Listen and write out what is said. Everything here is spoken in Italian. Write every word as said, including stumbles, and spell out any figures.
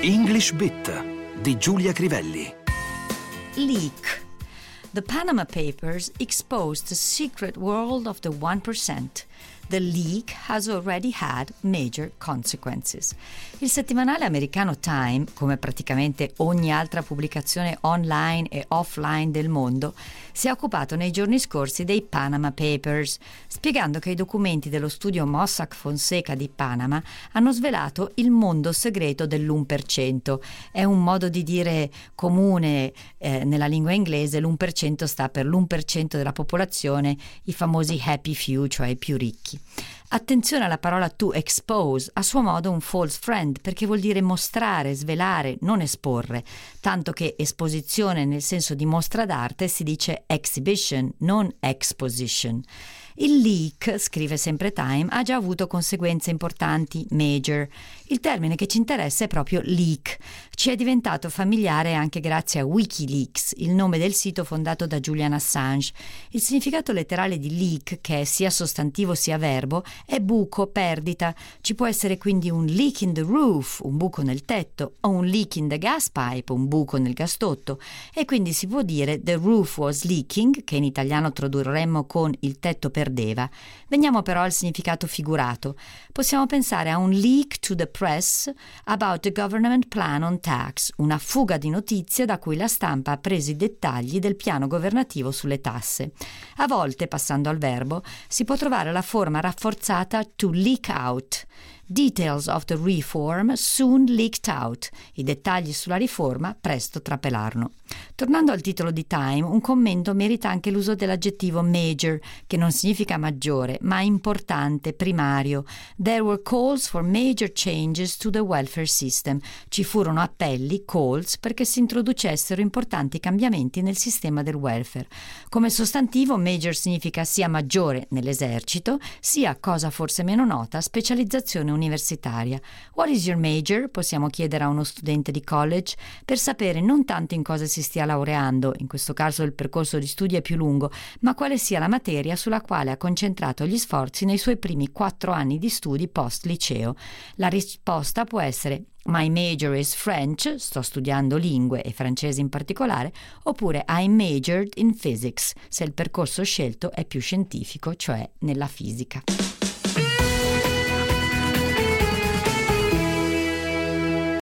English Bit di Giulia Crivelli. Leak. The Panama Papers exposed the secret world of the one percent. The leak has already had major consequences. Il settimanale americano Time, come praticamente ogni altra pubblicazione online e offline del mondo, si è occupato nei giorni scorsi dei Panama Papers, spiegando che i documenti dello studio Mossack Fonseca di Panama hanno svelato il mondo segreto dell'uno per cento. È un modo di dire comune eh, nella lingua inglese. L'uno per cento sta per l'uno per cento della popolazione, i famosi happy few, cioè i più ricchi. Attenzione alla parola to expose, a suo modo un false friend, perché vuol dire mostrare, svelare, non esporre, tanto che esposizione nel senso di mostra d'arte si dice exhibition, non exposition. Il leak, scrive sempre Time, ha già avuto conseguenze importanti, major. Il termine che ci interessa è proprio leak. Ci è diventato familiare anche grazie a Wikileaks, il nome del sito fondato da Julian Assange. Il significato letterale di leak, che è sia sostantivo sia verbo, è buco, perdita. Ci può essere quindi un leak in the roof, un buco nel tetto, o un leak in the gas pipe, un buco nel gasdotto. E quindi si può dire the roof was leaking, che in italiano tradurremmo con il tetto perdeva. Veniamo però al significato figurato. Possiamo pensare a un leak to the press about the government plan on tax, una fuga di notizie da cui la stampa ha preso i dettagli del piano governativo sulle tasse. A volte, passando al verbo, si può trovare la forma rafforzata to leak out. Details of the reform soon leaked out. I dettagli sulla riforma presto trapelarono. Tornando al titolo di Time, un commento merita anche l'uso dell'aggettivo major, che non significa maggiore, ma importante, primario. There were calls for major changes to the welfare system. Ci furono appelli, calls, perché si introducessero importanti cambiamenti nel sistema del welfare. Come sostantivo, major significa sia maggiore nell'esercito, sia, cosa forse meno nota, specializzazione universitaria. What is your major? Possiamo chiedere a uno studente di college per sapere non tanto in cosa si stia laureando, in questo caso il percorso di studi è più lungo, ma quale sia la materia sulla quale ha concentrato gli sforzi nei suoi primi quattro anni di studi post liceo. La risposta può essere My major is French, sto studiando lingue e francese in particolare, oppure I majored in physics, se il percorso scelto è più scientifico, cioè nella fisica.